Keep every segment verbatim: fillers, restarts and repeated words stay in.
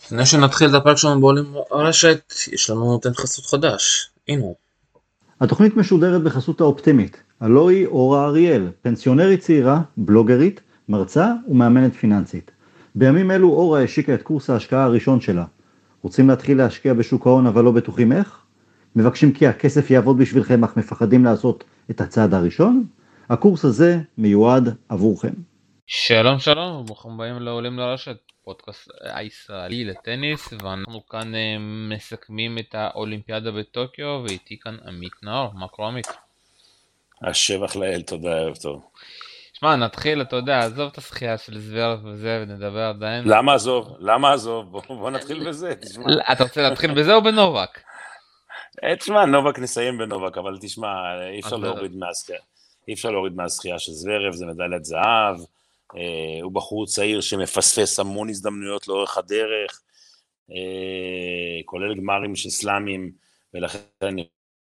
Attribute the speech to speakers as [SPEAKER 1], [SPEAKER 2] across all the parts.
[SPEAKER 1] לפני שנתחיל את הפרק שלנו בעולים הרשת, יש לנו נותן חסות חדש. הנה הוא.
[SPEAKER 2] התוכנית משודרת בחסות האופטימית. הלוא היא אורה אריאל, פנסיונרית צעירה, בלוגרית, מרצה ומאמנת פיננסית. בימים אלו אורה השיקה את קורס ההשקעה הראשון שלה. רוצים להתחיל להשקיע בשוק ההון אבל לא בטוחים איך? מבקשים כי הכסף יעבוד בשבילכם אך מפחדים לעשות את הצעד הראשון? הקורס הזה מיועד עבורכם.
[SPEAKER 3] שלום שלום וברוכים הבאים לעולים לרשת, פודקאסט הישראלי לטניס, ואנחנו כאן אה, מסכמים את האולימפיאדה בטוקיו, ואיתי כאן עמית נאור. מה קורה עמית?
[SPEAKER 4] השבח לאל, תודה, ערב טוב.
[SPEAKER 3] שמע, נתחיל, אתה יודע, עזוב את השחייה של זוורב וזה ונדבר עדיין.
[SPEAKER 4] למה עזוב? למה עזוב? בוא, בוא נתחיל בזה, תשמע.
[SPEAKER 3] אתה רוצה להתחיל בזה או בנובק?
[SPEAKER 4] תשמע, נובק נסיים בנובק, אבל תשמע, אי אפשר
[SPEAKER 3] אז לא.
[SPEAKER 4] להוריד מהשחייה. אי אפשר להוריד מהשחייה של זוורב, זה מדליית זהב, אה, הוא בחור צעיר שמפספס המון הזדמנויות לאורך הדרך, אה, כולל גמרים של סלאמים, ולכן אני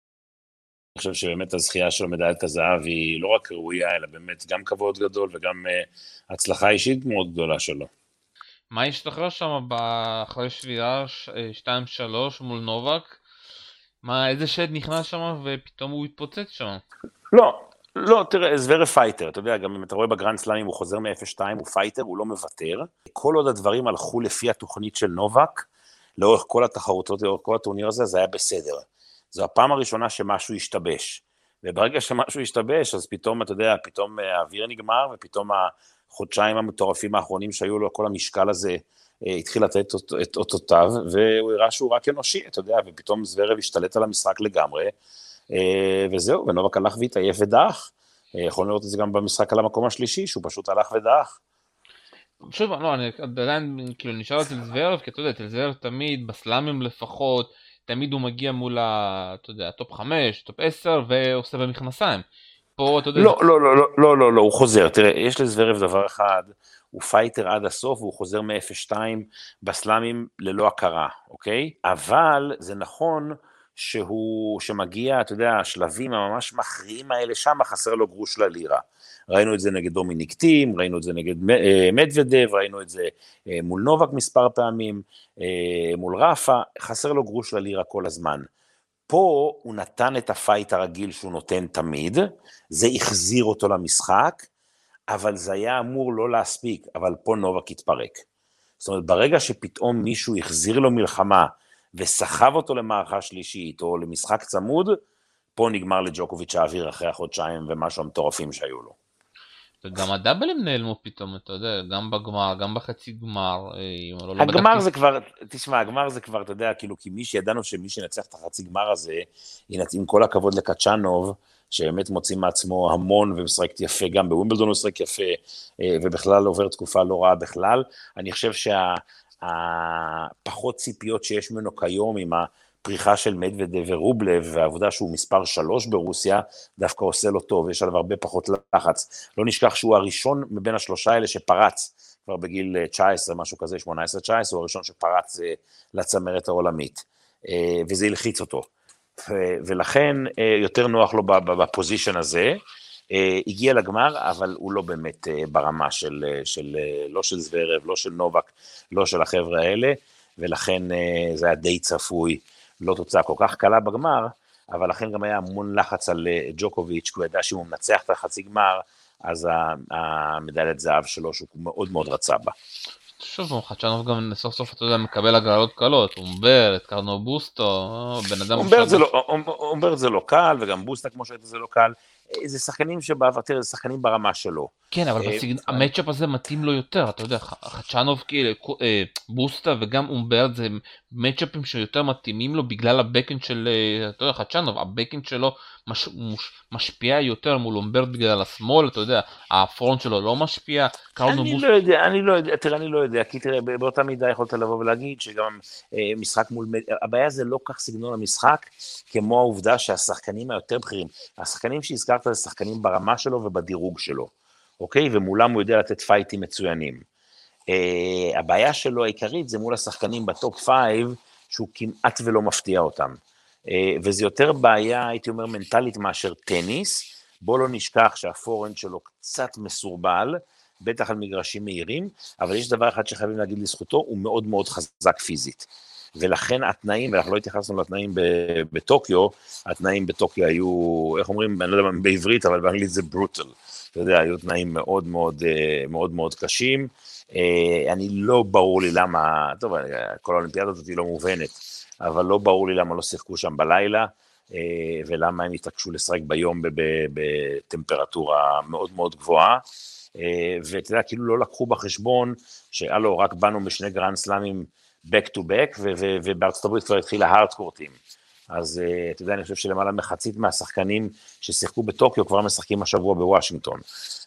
[SPEAKER 4] חושב שבאמת הזכייה שלו מדליית הזהב היא לא רק ראויה, אלא באמת גם כבוד גדול וגם אה, הצלחה אישית מאוד גדולה שלו.
[SPEAKER 3] מה השתחרר שם אחרי שבירה שתיים שלוש מול נובק? מה, איזה שד נכנס שם ופתאום הוא התפוצץ שם?
[SPEAKER 4] לא, לא, תראה, זוורב פייטר, אתה יודע, גם אם אתה רואה בגרנד סלאמים הוא חוזר מ-אפס שתיים, הוא פייטר, הוא לא מוותר. כל עוד הדברים הלכו לפי התוכנית של נובק, לאורך כל התחרויות, לאורך כל הטורניר הזה, זה היה בסדר. זו הפעם הראשונה שמשהו השתבש. וברגע שמשהו השתבש, אז פתאום, אתה יודע, פתאום האוויר נגמר, ופתאום החודשיים המטורפים האחרונים שהיו לו, כל המשקל הזה התחיל לתת את אותותיו, והוא הראה שהוא רק אנושי, אתה יודע, ופתאום זוורב השתלט על המשחק לגמרי, וזהו, ונובק הלך והתעייף ודח. יכולנו לראות את זה גם במשחק על המקום השלישי, שהוא פשוט הלך ודח.
[SPEAKER 3] שוב, לא, אני עדיין כאילו נשאר אצל זוורב, כי אתה יודע, אצל זוורב תמיד, בסלאמים לפחות, תמיד הוא מגיע מול ה, אתה יודע, טופ חמש, טופ עשר, ועושה במכנסיים. פה, אתה יודע...
[SPEAKER 4] לא, לא, לא, לא, לא, לא, הוא חוזר. תראה, יש לזוורב דבר אחד, הוא פייטר עד הסוף, והוא חוזר מ-אפס שתיים בסלאמים ללא הכרה, אוקיי? אבל זה נכון שהוא, שמגיע, אתה יודע, השלבים הממש מכריעים האלה, שם חסר לו גרוש ללירה. ראינו את זה נגד דומיניק טים, ראינו את זה נגד מדוודב, ראינו את זה מול נובק מספר פעמים, מול רפה, חסר לו גרוש ללירה כל הזמן. פה הוא נתן את הפייט הרגיל שהוא נותן תמיד, זה החזיר אותו למשחק, אבל זה היה אמור לא להספיק, אבל פה נובק התפרק. זאת אומרת, ברגע שפתאום מישהו החזיר לו מלחמה, וסחב אותו למערכה שלישית, או למשחק צמוד, פה נגמר לג'וקוביץ' האוויר אחרי החודשיים, ומשהו המטורפים שהיו לו.
[SPEAKER 3] וגם הדאבלים נעלמו פתאום, אתה יודע, גם בגמר, גם בחצי גמר.
[SPEAKER 4] הגמר זה כבר, תשמע, הגמר זה כבר, אתה יודע, כאילו, כי מי שידענו שמי שנצח את החצי גמר הזה, עם כל הכבוד לקצ'אנוב, שבאמת מוציא מעצמו המון ומשחק יפה, גם בווימבלדון הוא משחק יפה, ובכלל עובר תקופה לא רעה בכלל. אני חושב שהפחות ציפיות שיש ממנו כיום עם הפריחה של מדוודב ורובלב, והעבודה שהוא מספר שלוש ברוסיה, דווקא עושה לו טוב, יש עליו הרבה פחות לחץ. לא נשכח שהוא הראשון מבין השלושה האלה שפרץ, כבר בגיל תשע עשרה, משהו כזה, שמונה עשרה תשע עשרה, הוא הראשון שפרץ לצמרת העולמית, וזה הלחיץ אותו. ולכן יותר נוח לו בפוזישן הזה, הגיע לגמר, אבל הוא לא באמת ברמה של, של, לא של זוורב, לא של נובק, לא של החבר'ה האלה, ולכן זה היה די צפוי, לא תוצאה כל כך קלה בגמר, אבל לכן גם היה המון לחץ על ג'וקוביץ', כי הוא ידע שהוא מנצח את החצי גמר, אז המדליית זהב שלו, שהוא מאוד מאוד רצה בה.
[SPEAKER 3] שוב, חדשנוב גם סוף סוף, אתה יודע, מקבל הגרלות קלות, אומברט, קרנו בוסטו, בן אדם...
[SPEAKER 4] אומברט זה לא קל, וגם בוסטה, כמו שהיית, זה לא קל. זה שחקנים שבעבר, תראה, זה שחקנים ברמה שלו.
[SPEAKER 3] כן, אבל המאצ'אפ הזה מתאים לו יותר, אתה יודע, חדשנוב, בוסטה וגם אומברט, זה מאצ'אפים שיותר מתאימים לו בגלל הבקאנד של, אתה יודע, חדשנוב, הבקאנד שלו משפיע יותר מול אומברט בגלל השמאל, אתה יודע, הפרונט שלו לא משפיע.
[SPEAKER 4] אני לא יודע, אני לא יודע, תראה, אני לא יודע, כי תראה, באותה מידה יכולת לבוא ולהגיד שגם משחק מול, הבעיה זה לא כך סגנון המשחק, כמו העובדה שהשחקנים היותר בכירים, השחקנים שהזכרת זה שחקנים ברמה שלו ובדירוג שלו, אוקיי? ומולם הוא יודע לתת פייטים מצוינים. הבעיה שלו העיקרית זה מול השחקנים בטופ פייב, שהוא כמעט ולא מפתיע אותם. וזה יותר בעיה, הייתי אומר, מנטלית מאשר טניס. בוא לא נשכח שהפורנד שלו קצת מסורבל, בטח על מגרשים מהירים, אבל יש דבר אחד שחייבים להגיד לזכותו, הוא מאוד מאוד חזק פיזית. ולכן התנאים, ואנחנו לא התייחסנו לתנאים בטוקיו, התנאים בטוקיו היו, איך אומרים, אני לא יודע בעברית, אבל באנגלית זה ברוטל. אתה יודע, היו תנאים מאוד מאוד, מאוד מאוד קשים. אני לא ברור לי למה, טוב, כל האולימפיאדה הזאת היא לא מובנת, אבל לא ברור לי למה לא שיחקו שם בלילה, ולמה הם התעקשו לשחק ביום בטמפרטורה מאוד מאוד גבוהה, ואתה יודע, כאילו לא לקחו בחשבון, שאלו, רק באנו משני גרנד סלאמים back to back, ובארצות הברית כבר התחילה הארדקורטים. אז אתה יודע, אני חושב שלמעלה מחצית מהשחקנים ששיחקו בטוקיו כבר משחקים השבוע בוושינגטון,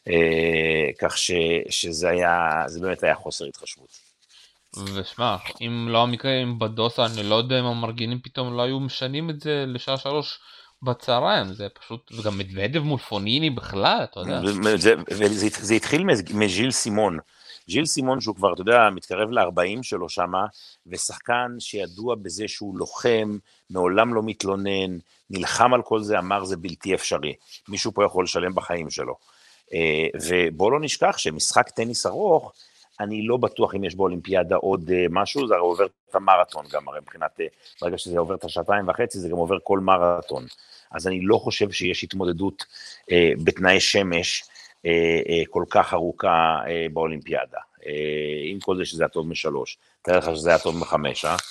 [SPEAKER 4] כך שזה היה, זה באמת היה חוסר התחשבות.
[SPEAKER 3] ושמע, אם לא המקרה עם בדוסה, אני לא יודע אם המרגינים פתאום לא היו משנים את זה לשעה שלוש בצהריים, זה פשוט, וגם מדוודב מול פוניני בכלל, אתה יודע.
[SPEAKER 4] וזה התחיל מז'יל סימון, ז'יל סימון שהוא כבר, אתה יודע, מתקרב ל-ארבעים שלו שמה, ושחקן שידוע בזה שהוא לוחם, מעולם לא מתלונן, נלחם על כל זה, אמר זה בלתי אפשרי, מישהו פה יכול לשלם בחיים שלו. ובוא לא נשכח שמשחק טניס ארוך, אני לא בטוח אם יש באולימפיאדה עוד משהו, זה עובר את המרתון גם, הרי מבחינת, ברגע שזה עובר את השעתיים וחצי, זה גם עובר כל מרתון. אז אני לא חושב שיש התמודדות בתנאי שמש, כל כך ארוכה באולימפיאדה, עם כל זה שזה הטוב משלוש, תראה לך שזה הטוב מחמש, אה?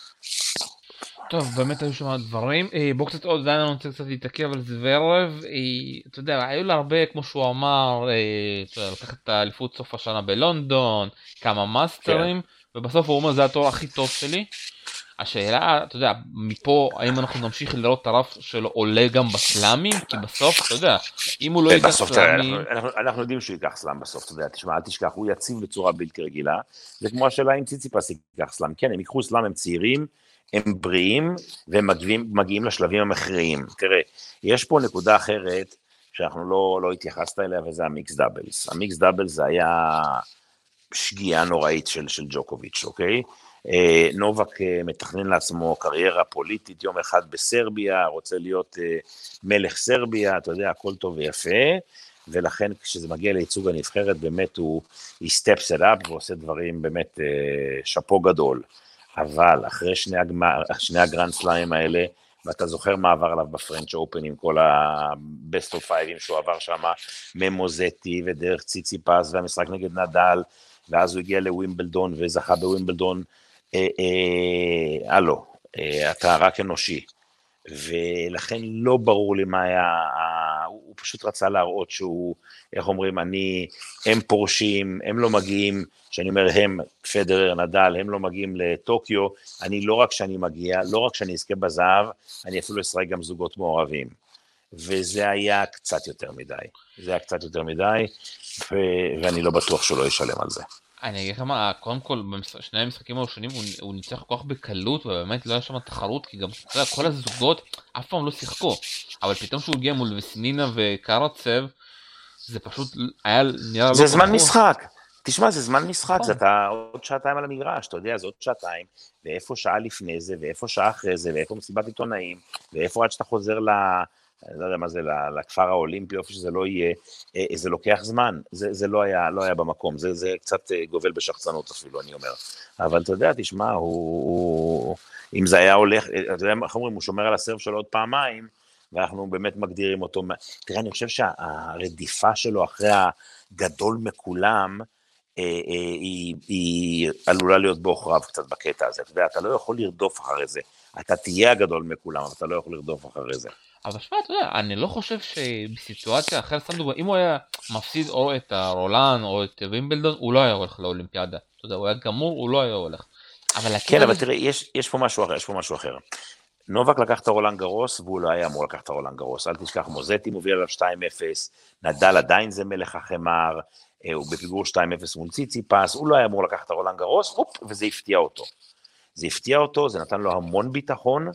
[SPEAKER 3] טוב, באמת היו שם דברים, בוא קצת עוד, עדיין אני רוצה קצת להתעכב על זוורב, אתה יודע, היו לה הרבה, כמו שהוא אמר, לקחת את האליפות סוף השנה בלונדון, כמה מאסטרים, ובסוף הוא אומר, זה התואר הכי טוב שלי. השאלה, אתה יודע, מפה, האם אנחנו נמשיך לראות את הרף שלו עולה גם בסלאמים? כי בסוף, אתה יודע, אם הוא לא ייקח סלאמים...
[SPEAKER 4] אנחנו יודעים שהוא ייקח סלאם בסוף, אתה יודע, תשמע, אל תשכח, הוא יציב בצורה בלתי רגילה, זה כמו השאלה אם ציציפס ייקח סלאם, כן, הם ייקחו סלאם, הם צעירים, הם בריאים, והם מגיעים, מגיעים לשלבים המכריעים. תראה, יש פה נקודה אחרת, שאנחנו לא, לא התייחסת אליה, וזה המיקס דאבלס. המיקס דאבלס זה היה שגיאה נוראית של, של ג'וקוביץ', אוקיי? נובק מתכנן לעצמו קריירה פוליטית, יום אחד בסרביה, רוצה להיות מלך סרביה, אתה יודע, הכל טוב ויפה, ולכן כשזה מגיע לייצוג הנבחרת, באמת הוא steps it up, ועושה דברים באמת שפו גדול. אבל אחרי שני, הגמר, שני הגרנד סלאמים האלה, ואתה זוכר מה עבר עליו בפרנץ' אופן עם כל ה-best of five'ים שהוא עבר שם, ממוזטי ודרך ציציפס והמשחק נגד נדל, ואז הוא הגיע לווימבלדון וזכה בווימבלדון, אה, אה, אלו, אה, אתה רק אנושי, ולכן לא ברור לי מה היה, הוא פשוט רצה להראות שהוא, איך אומרים, אני, הם פורשים, הם לא מגיעים, שאני אומר הם, פדרר, נדל, הם לא מגיעים לטוקיו, אני לא רק שאני מגיע, לא רק שאני אזכה בזהב, אני אפילו אשחק גם זוגות מעורבים, וזה היה קצת יותר מדי, זה היה קצת יותר מדי, ו- ואני לא בטוח שהוא לא ישלם על זה.
[SPEAKER 3] אני אגיד לך מה, קודם כל, בשני המשחקים הראשונים הוא, הוא ניצח כל כך בקלות, ובאמת לא היה שם תחרות, כי גם אתה יודע, כל הזוגות אף פעם לא שיחקו, אבל פתאום שהוא הגיע מול וסנינה וקרצב, זה פשוט היה נראה לא...
[SPEAKER 4] זה זמן משחק, תשמע, זה זמן משחק, זה אתה עוד שעתיים על המגרש, אתה יודע, זה עוד שעתיים, ואיפה שעה לפני זה, ואיפה שעה אחרי זה, ואיפה מסיבת עיתונאים, ואיפה עד שאתה חוזר ל... אני לא יודע מה זה, לכפר האולימפי, איפה שזה לא יהיה, זה לוקח זמן, זה, זה לא היה, לא היה במקום, זה, זה קצת גובל בשחצנות אפילו, אני אומר. אבל אתה יודע, תשמע, הוא, הוא, אם זה היה הולך, אתה יודע, איך אומרים, הוא שומר על הסרב שלו עוד פעמיים, ואנחנו באמת מגדירים אותו, תראה, אני חושב שהרדיפה שלו אחרי הגדול מכולם, היא, היא עלולה להיות בעוכריו קצת בקטע הזה, אתה יודע, אתה לא יכול לרדוף אחרי זה, אתה תהיה הגדול מכולם, אבל אתה לא יכול לרדוף אחרי זה.
[SPEAKER 3] אבל שמה, אתה יודע, אני לא חושב שבסיטואציה אחרת, סתם דוגמא, אם הוא היה מפסיד או את הרולן או את וימבלדון, הוא לא היה הולך לאולימפיאדה. אתה יודע, הוא היה גמור, הוא לא היה הולך. אבל
[SPEAKER 4] כן, אבל תראה, יש, יש פה משהו אחר, יש פה משהו אחר. נובק לקח את הרולן גרוס, והוא לא היה אמור לקח את הרולן גרוס. אל תשכח, מוזטי מוביל עליו שתיים אפס, נדל עדיין זה מלך החמר, הוא בפיגור שתיים אפס מול ציציפס, הוא לא היה אמור לקח את הרולן גרוס, אופ, וזה הפתיע אותו. זה הפתיע אותו, זה נתן לו המון ביטחון,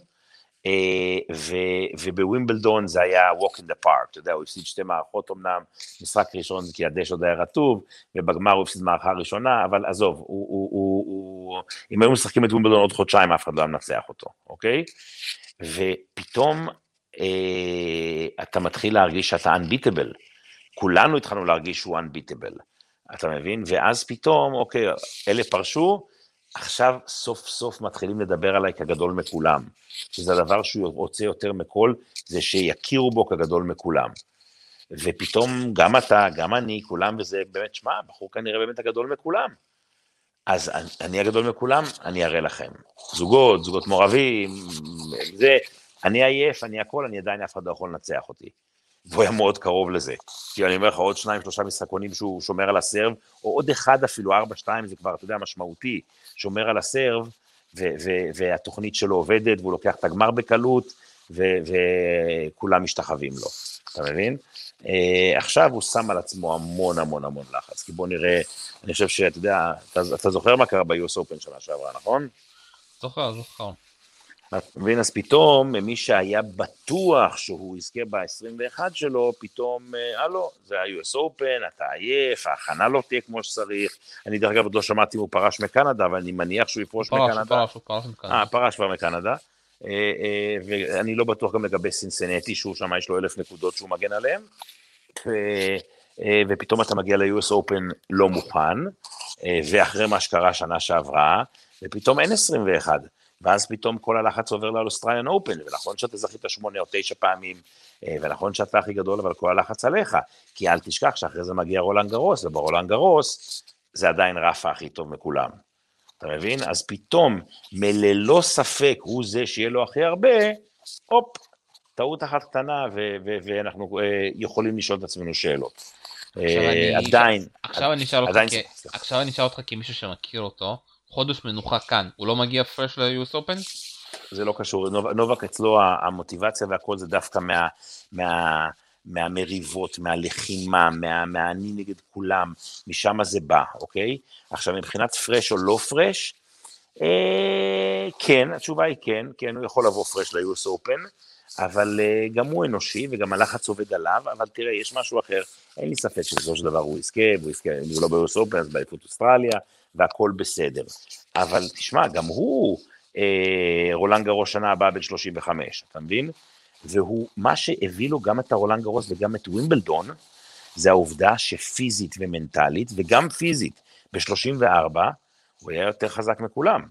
[SPEAKER 4] ובווימבלדון זה היה walk in the park, אתה יודע, הוא הפסיד שתי מערכות אמנם, משחק ראשון כי הדש עוד היה רטוב, ובגמר הוא הפסיד מערכה ראשונה, אבל עזוב, אם היו משחקים את ווימבלדון עוד חודשיים, אף אחד לא מנצח אותו, אוקיי? ופתאום אתה מתחיל להרגיש שאתה unbeatable, כולנו התחלנו להרגיש שהוא unbeatable, אתה מבין? ואז פתאום, אוקיי, אלה פרשו, עכשיו סוף סוף מתחילים לדבר עליי כגדול מכולם, שזה הדבר שהוא רוצה יותר מכל, זה שיכירו בו כגדול מכולם. ופתאום גם אתה, גם אני, כולם, וזה באמת, שמה, בחור כנראה באמת הגדול מכולם. אז אני, אני הגדול מכולם, אני אראה לכם. זוגות, זוגות מעורבים, זה, אני עייף, אני הכל, אני עדיין אף אחד לא יכול לנצח אותי. והוא היה מאוד קרוב לזה. כי אני אומר לך, עוד שניים, שלושה משחקונים שהוא שומר על הסרב, או עוד אחד אפילו, ארבע, שתיים, זה כבר, אתה יודע, משמעותי, שומר על הסרב, ו- ו- והתוכנית שלו עובדת, והוא לוקח את הגמר בקלות, ו- וכולם משתחווים לו. אתה מבין? Uh, עכשיו הוא שם על עצמו המון המון המון לחץ, כי בוא נראה, אני חושב שאתה יודע, אתה, אתה זוכר מה קרה ב-יו אס Open שנה שעברה, נכון?
[SPEAKER 3] זוכר, זוכר.
[SPEAKER 4] אתה מבין, אז פתאום, מי שהיה בטוח שהוא יזכה ב-עשרים ואחת שלו, פתאום, אה, לא, זה ה-יו אס Open, אתה עייף, ההכנה לא תהיה כמו שצריך, אני דרך אגב עוד לא שמעתי אם הוא פרש מקנדה, אבל אני מניח שהוא יפרוש מקנדה.
[SPEAKER 3] הוא פרש, הוא פרש מקנדה.
[SPEAKER 4] אה, פרש כבר מקנדה, אה, אה, ואני לא בטוח גם לגבי סינסינטי, שהוא שם יש לו אלף נקודות שהוא מגן עליהם, ו, אה, ופתאום אתה מגיע ל-יו אס Open לא מוכן, אה, ואחרי מה שקרה שנה שעברה, ופתאום אין עשרים ואחת, ואז פתאום כל הלחץ עובר לאוסטרליאן אופן, ונכון שאתה זכית שמונה או תשע פעמים, ונכון שאתה הכי גדול, אבל כל הלחץ עליך, כי אל תשכח שאחרי זה מגיע רולאן גרוס, וברולאן גרוס זה עדיין רפה הכי טוב מכולם. אתה מבין? אז פתאום, מללא ספק הוא זה שיהיה לו הכי הרבה, הופ, טעות אחת קטנה, ו- ו- ואנחנו uh, יכולים לשאול את עצמנו שאלות. עדיין,
[SPEAKER 3] עכשיו אני אשאל אותך כמישהו שמכיר אותו, חודש מנוחה כאן, הוא לא מגיע פרש ל-יו אס Open?
[SPEAKER 4] זה לא קשור, נובק אצלו המוטיבציה והכל זה דווקא מה, מה, מהמריבות, מהלחימה, מה, מהאני נגד כולם, משם זה בא, אוקיי? עכשיו מבחינת פרש או לא פרש, אה, כן, התשובה היא כן, כן, הוא יכול לבוא פרש ל-יו אס Open, אבל אה, גם הוא אנושי וגם הלחץ עובד עליו, אבל תראה, יש משהו אחר, אין לי ספק שבזו של דבר הוא יזכה, והוא יזכה, אם הוא לא ב-יו אס Open, אז באליפות אוסטרליה, והכל בסדר. אבל תשמע, גם הוא, אה, רולאן גרוס שנה הבאה בן שלושים וחמש, אתה מבין? והוא, מה שהביא לו גם את הרולאן גרוס וגם את ווימבלדון, זה העובדה שפיזית ומנטלית, וגם פיזית, ב-שלושים וארבע, הוא היה יותר חזק מכולם.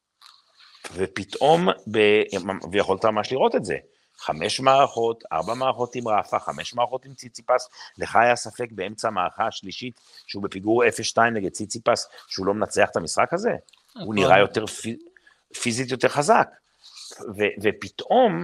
[SPEAKER 4] ופתאום, ב... ויכולת ממש לראות את זה, חמש מערכות, ארבע מערכות עם רפה, חמש מערכות עם ציציפס, לך היה ספק באמצע המערכה השלישית, שהוא בפיגור אפס שתיים נגד ציציפס, שהוא לא מנצח את המשחק הזה, הוא נראה יותר פיזית יותר חזק, ו- ופתאום,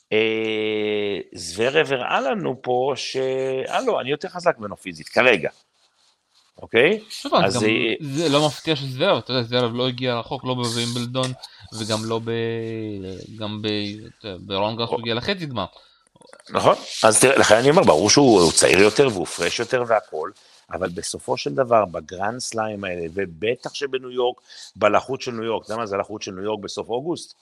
[SPEAKER 4] אה, זוורב הראה לנו פה, שהלו, אני יותר חזק ממנו פיזית, כרגע, אוקיי?
[SPEAKER 3] אז גם זה לא מפתיע שזוורב, אתה יודע, זוורב לא הגיע רחוק, לא בווימבלדון, וגם לא ב... גם ברולאן גרוס הוא הגיע לחצי גמר.
[SPEAKER 4] נכון, אז תראה, לכן אני אומר, ברור שהוא צעיר יותר והוא פרש יותר והכל, אבל בסופו של דבר, בגרנד סליים האלה, ובטח שבניו יורק, בלחות של ניו יורק, זה מה זה הלחות של ניו יורק בסוף אוגוסט,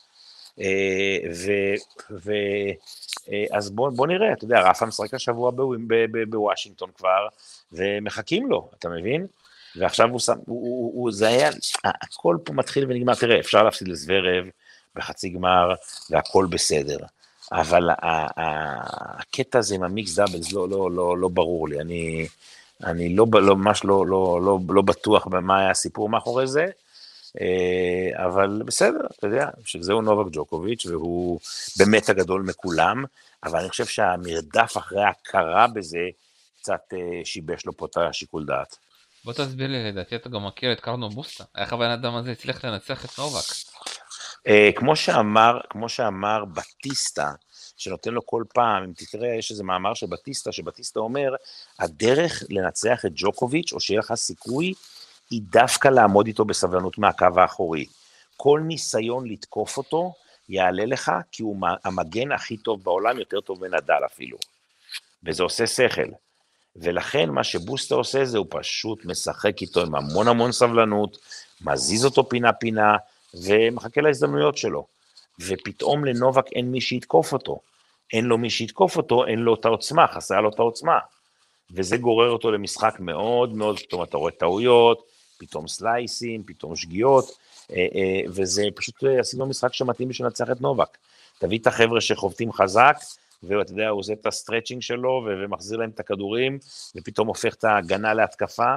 [SPEAKER 4] אז בוא נראה, אתה יודע, רפה משחק השבוע בוושינגטון כבר, ומחכים לו, אתה מבין? ועכשיו הוא שם, הוא, זה היה, הכל פה מתחיל ונגמר, תראה, אפשר להפסיד לזוורב בחצי גמר, והכל בסדר, אבל הקטע הזה עם המיקס דאבלס לא, לא, לא, לא ברור לי, אני, אני לא, לא, ממש לא, לא, לא, לא בטוח במה היה הסיפור מאחורי זה, אבל בסדר, אתה יודע, שזהו נובק ג'וקוביץ' והוא באמת הגדול מכולם, אבל אני חושב שהמרדף אחרי ההכרה בזה, קצת שיבש לו פה את השיקול דעת.
[SPEAKER 3] בוא תסביר לי, לדעתי אתה גם מכיר את קרנו בוסטה, איך הבן אדם הזה הצליח לנצח את נובק?
[SPEAKER 4] כמו שאמר, כמו שאמר בטיסטה, שנותן לו כל פעם, אם תתראה, יש איזה מאמר של בטיסטה, שבטיסטה אומר, הדרך לנצח את ג'וקוביץ', או שיהיה לך סיכוי, היא דווקא לעמוד איתו בסבלנות מהקו האחורי. כל ניסיון לתקוף אותו, יעלה לך, כי הוא המגן הכי טוב בעולם, יותר טוב מנדל אפילו. וזה עושה שכל. ולכן מה שבוסטה עושה זה, הוא פשוט משחק איתו עם המון המון סבלנות, מזיז אותו פינה פינה, ומחכה להזדמנויות שלו. ופתאום לנובק אין מי שיתקוף אותו. אין לו מי שיתקוף אותו, אין לו את העוצמה, חסרה לו את העוצמה. וזה גורר אותו למשחק מאוד מאוד, פתאום אתה רואה טעויות, פתאום סלייסים, פתאום שגיאות, וזה פשוט עשינו משחק שמתאים בשביל לנצח את נובק. תביא את החבר'ה שחובטים חזק, ואתה יודע, הוא עושה את הסטרצ'ינג שלו, ומחזיר להם את הכדורים, ופתאום הופך את ההגנה להתקפה,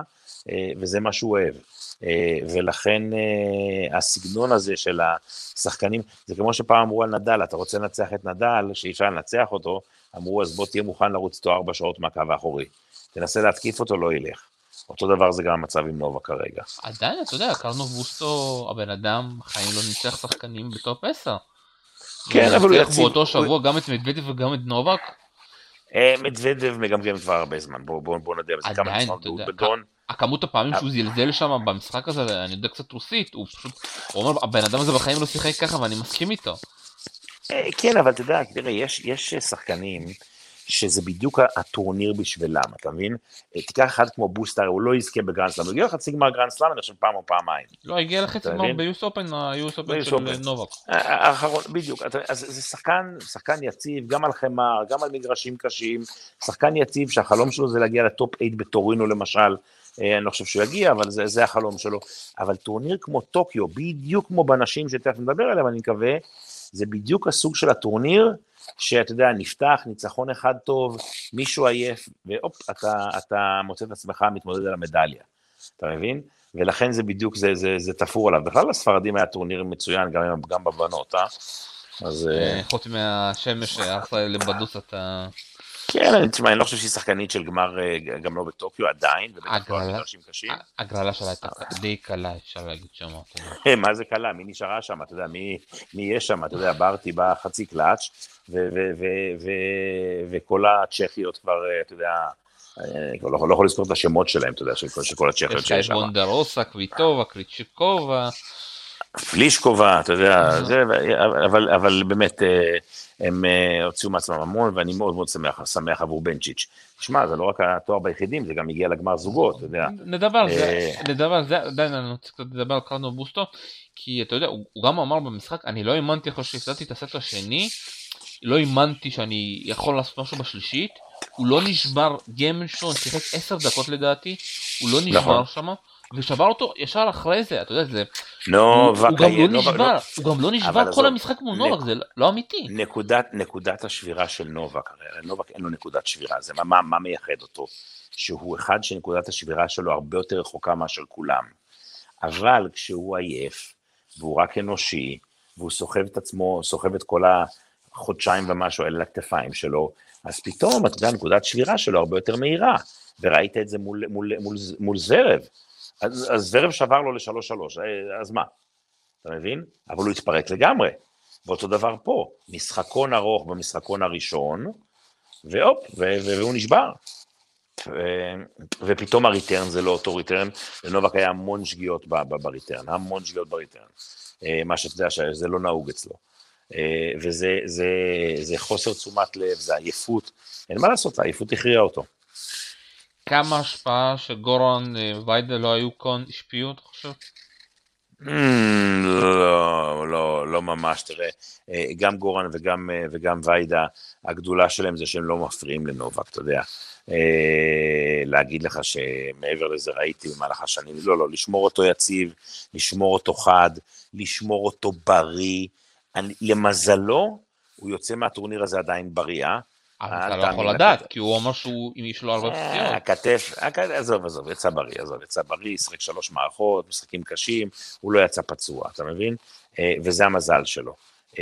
[SPEAKER 4] וזה מה שהוא אוהב. ולכן הסגנון הזה של השחקנים, זה כמו שפעם אמרו על נדל, אתה רוצה לנצח את נדל, שאי אפשר לנצח אותו, אמרו, אז בוא תהיה מוכן לרוץ איתו ארבע שעות מהקו האחורי. תנסה להתקיף אותו, לא ילך. אותו דבר זה גם המצב עם נובה כרגע.
[SPEAKER 3] עדיין, אתה יודע, קרנו בוסטו, הבן אדם, חיים לא ניצח שחקנים בטופ עשר.
[SPEAKER 4] כן, אבל הוא יציב...
[SPEAKER 3] באותו שבוע גם את מדוודב וגם את נובק.
[SPEAKER 4] מדוודב מגמגם כבר הרבה זמן, בוא נדע, זה כמה נשמע בגאון.
[SPEAKER 3] הכמות הפעמים שהוא זלזל שם במשחק הזה, אני יודע קצת רוסית, הוא פשוט, הוא אומר, הבן אדם הזה בחיים לא שיחק ככה ואני מסכים איתו.
[SPEAKER 4] כן, אבל אתה יודע, תראה, יש שחקנים שזה בדיוק הטורניר בשבילם, אתה מבין? תיקח אחד כמו בוסטר, הוא לא יזכה בגרנד-סלאם, הוא הגיע לחצי גמר גרנד-סלאם, אני חושב פעם או פעמיים.
[SPEAKER 3] לא, הגיע לחצי גמר ביוס אופן, היוס אופן של נובק.
[SPEAKER 4] האחרון, בדיוק, אז זה שחקן, שחקן יציב, גם על חמר, גם על מגרשים קשים, שחקן יציב שהחלום שלו זה להגיע לטופ שמונה בטורינו למשל, אני לא חושב שהוא יגיע, אבל זה, זה החלום שלו. אבל טורניר כמו טוקיו, בדיוק כמו בנשים שתכף נדבר עליהם, אני מקווה, זה בדיוק הסוג של הטורניר, שאתה יודע, נפתח, ניצחון אחד טוב, מישהו עייף, ואופ, אתה, אתה מוצא את עצמך מתמודד על המדליה. אתה מבין? ולכן זה בדיוק, זה, זה, זה תפור עליו. בכלל הספרדים היה טורניר מצוין, גם, גם בבנות, אה? אז...
[SPEAKER 3] חוץ מהשמש, אחלה לבדוס אתה...
[SPEAKER 4] כן, אני תשמע, אני לא חושב שהיא שחקנית של גמר, גם לא בטוקיו עדיין,
[SPEAKER 3] הגרלה שלה הייתה די קלה, אפשר להגיד שם.
[SPEAKER 4] מה זה קלה? מי נשארה שם? אתה יודע, מי יש שם? אתה יודע, ברתי בא חצי קלאץ', וכל הצ'כיות כבר, אתה יודע, לא יכול לזכור את השמות שלהם, אתה יודע, של כל הצ'כיות שיש שם.
[SPEAKER 3] וונדרוסה, קוויטובה, קריצ'יקובה.
[SPEAKER 4] פלישקובה, אתה יודע, אבל באמת, הם הוציאו מעצמם המון, ואני מאוד מאוד שמח, שמח עבור בנצ'יץ'. תשמע, זה לא רק התואר ביחידים, זה גם הגיע לגמר זוגות, אתה יודע.
[SPEAKER 3] נדבר על זה, נדבר על זה, עדיין אני רוצה קצת לדבר על קרנו בוסטו, כי אתה יודע, הוא גם אמר במשחק, אני לא האמנתי אחרי שהפסדתי את הסט השני, לא האמנתי שאני יכול לעשות משהו בשלישית, הוא לא נשבר, גיימן שלו, שיחק עשר דקות לדעתי, הוא לא נשבר שם, ושבר אותו ישר אחרי זה, אתה יודע, זה...
[SPEAKER 4] נובק,
[SPEAKER 3] הוא גם לא נשבר, הוא גם לא נשבר כל המשחק כמו נובק, זה לא אמיתי.
[SPEAKER 4] נקודת השבירה של נובק, הרי נובק אין לו נקודת שבירה, זה מה מייחד אותו? שהוא אחד שנקודת השבירה שלו הרבה יותר רחוקה מאשר כולם, אבל כשהוא עייף, והוא רק אנושי, והוא סוחב את עצמו, סוחב את כל החודשיים ומשהו אלה לכתפיים שלו, אז פתאום, אתה יודע, נקודת שבירה שלו הרבה יותר מהירה, וראית את זה מול, מול, מול, מול זרב, אז, אז זרב שבר לו לשלוש שלוש, אז מה? אתה מבין? אבל הוא התפרק לגמרי, ואותו דבר פה, משחקון ארוך במשחקון הראשון, ואופ, ו- ו- והוא נשבר, ו- ופתאום הריטרן זה לא אותו ריטרן, לנובק היה המון שגיאות ב- ב- בריטרן, המון שגיאות בריטרן, מה שאתה יודע שזה לא נהוג אצלו, וזה זה, זה חוסר תשומת לב, זה עייפות, אין מה לעשות, העייפות הכריעה אותו.
[SPEAKER 3] כמה השפעה שגורן ויידה לא היו כאן השפיעו, אתה חושב?
[SPEAKER 4] לא, לא, לא ממש, תראה, גם גורן וגם, וגם ויידה, הגדולה שלהם זה שהם לא מפריעים לנובק, אתה יודע, להגיד לך שמעבר לזה ראיתי במהלך השנים, לא, לא, לשמור אותו יציב, לשמור אותו חד, לשמור אותו בריא, למזלו, הוא יוצא מהטורניר הזה עדיין בריאה,
[SPEAKER 3] אבל אתה לא יכול לדעת, כי הוא אומר שהוא, אם יש לו הרבה פציעות.
[SPEAKER 4] הכתף, עזוב, עזוב, יצא בריא, עזוב, יצא בריא, שחק שלוש מערכות, משחקים קשים, הוא לא יצא פצוע, אתה מבין? וזה המזל שלו.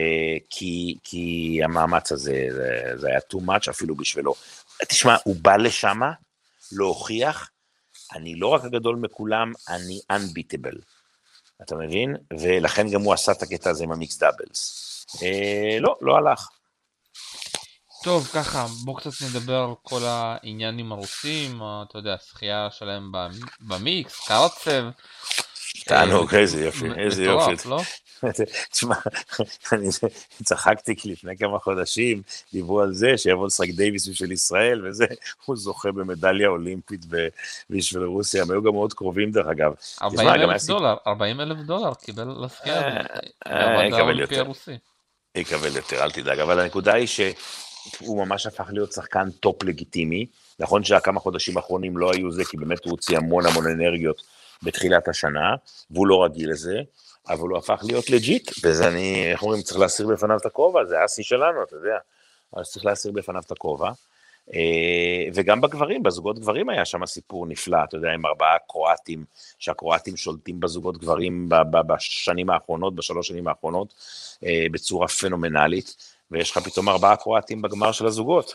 [SPEAKER 4] כי המאמץ הזה, זה היה too much אפילו בשבילו. תשמע, הוא בא לשם להוכיח, אני לא רק הגדול מכולם, אני unbeatable. אתה מבין? ולכן גם הוא עשה את הקטע הזה עם המיקס דאבלס. לא, לא הלך.
[SPEAKER 3] טוב, ככה, בואו קצת נדבר על כל העניינים הרוסים, אתה יודע, השחייה שלהם במיקס, קרצב.
[SPEAKER 4] תענוג, איזה יופי, איזה יופי. תשמע, אני צחקתי כי לפני כמה חודשים, דיברו על זה, שיבוא לשחק דייביס בשביל ישראל, וזה, הוא זוכה במדליה אולימפית בשביל רוסיה, הם היו גם מאוד קרובים דרך אגב.
[SPEAKER 3] ארבעים אלף דולר, ארבעים אלף דולר קיבל לשחייה,
[SPEAKER 4] יקבל יותר, יקבל יותר, אל תדאג, אבל הנקודה היא ש... הוא ממש הפך להיות שחקן טופ לגיטימי, נכון שהכמה חודשים האחרונים לא היו זה, כי באמת הוא הוציא המון המון אנרגיות בתחילת השנה, והוא לא רגיל לזה, אבל הוא הפך להיות לג'יט, וזה אני, איך אומרים, צריך להסיר בפניו את הכובע, זה האסי שלנו, אתה יודע, אז צריך להסיר בפניו את הכובע, וגם בגברים, בזוגות גברים היה שם סיפור נפלא, אתה יודע, עם ארבעה קרואטים, שהקרואטים שולטים בזוגות גברים בשנים האחרונות, בשלוש שנים האחרונות, בצורה פנומנלית, ויש לך פתאום ארבעה קרואטים בגמר של הזוגות.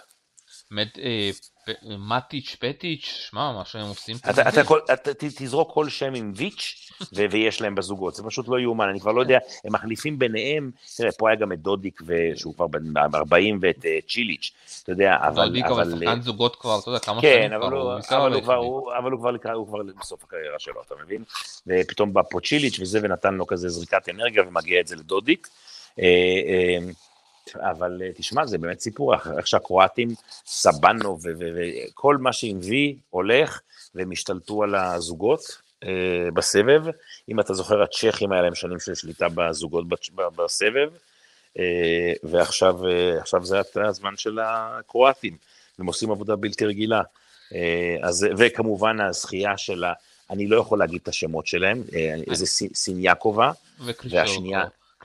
[SPEAKER 3] מטיץ' פטיץ', שמע, מה שהם עושים פה.
[SPEAKER 4] אתה תזרוק כל שם עם ויץ' ויש להם בזוגות, זה פשוט לא יאומן, אני כבר לא יודע, הם מחליפים ביניהם, תראה, פה היה גם את דודיק, שהוא כבר בן ארבעים, ואת צ'יליץ', אתה יודע, אבל...
[SPEAKER 3] דודיק, אבל שחקן זוגות כבר, אתה יודע, כמה שנים
[SPEAKER 4] כן, אבל הוא כבר בסוף הקריירה שלו, אתה מבין? ופתאום בא פה צ'יליץ' וזה, ונתן לו כזה זריקת אנרגיה, ומגיע את זה לדודיק, אבל תשמע, זה באמת סיפור, איך שהקרואטים, סבנו וכל מה שהביא הולך, והם השתלטו על הזוגות בסבב, אם אתה זוכר, הצ'כים היה להם שנים של שליטה בזוגות בסבב, ועכשיו זה הזמן של הקרואטים, הם עושים עבודה בלתי רגילה, וכמובן הזכייה של, אני לא יכול להגיד את השמות שלהם, זה סיניאקובה, והשנייה,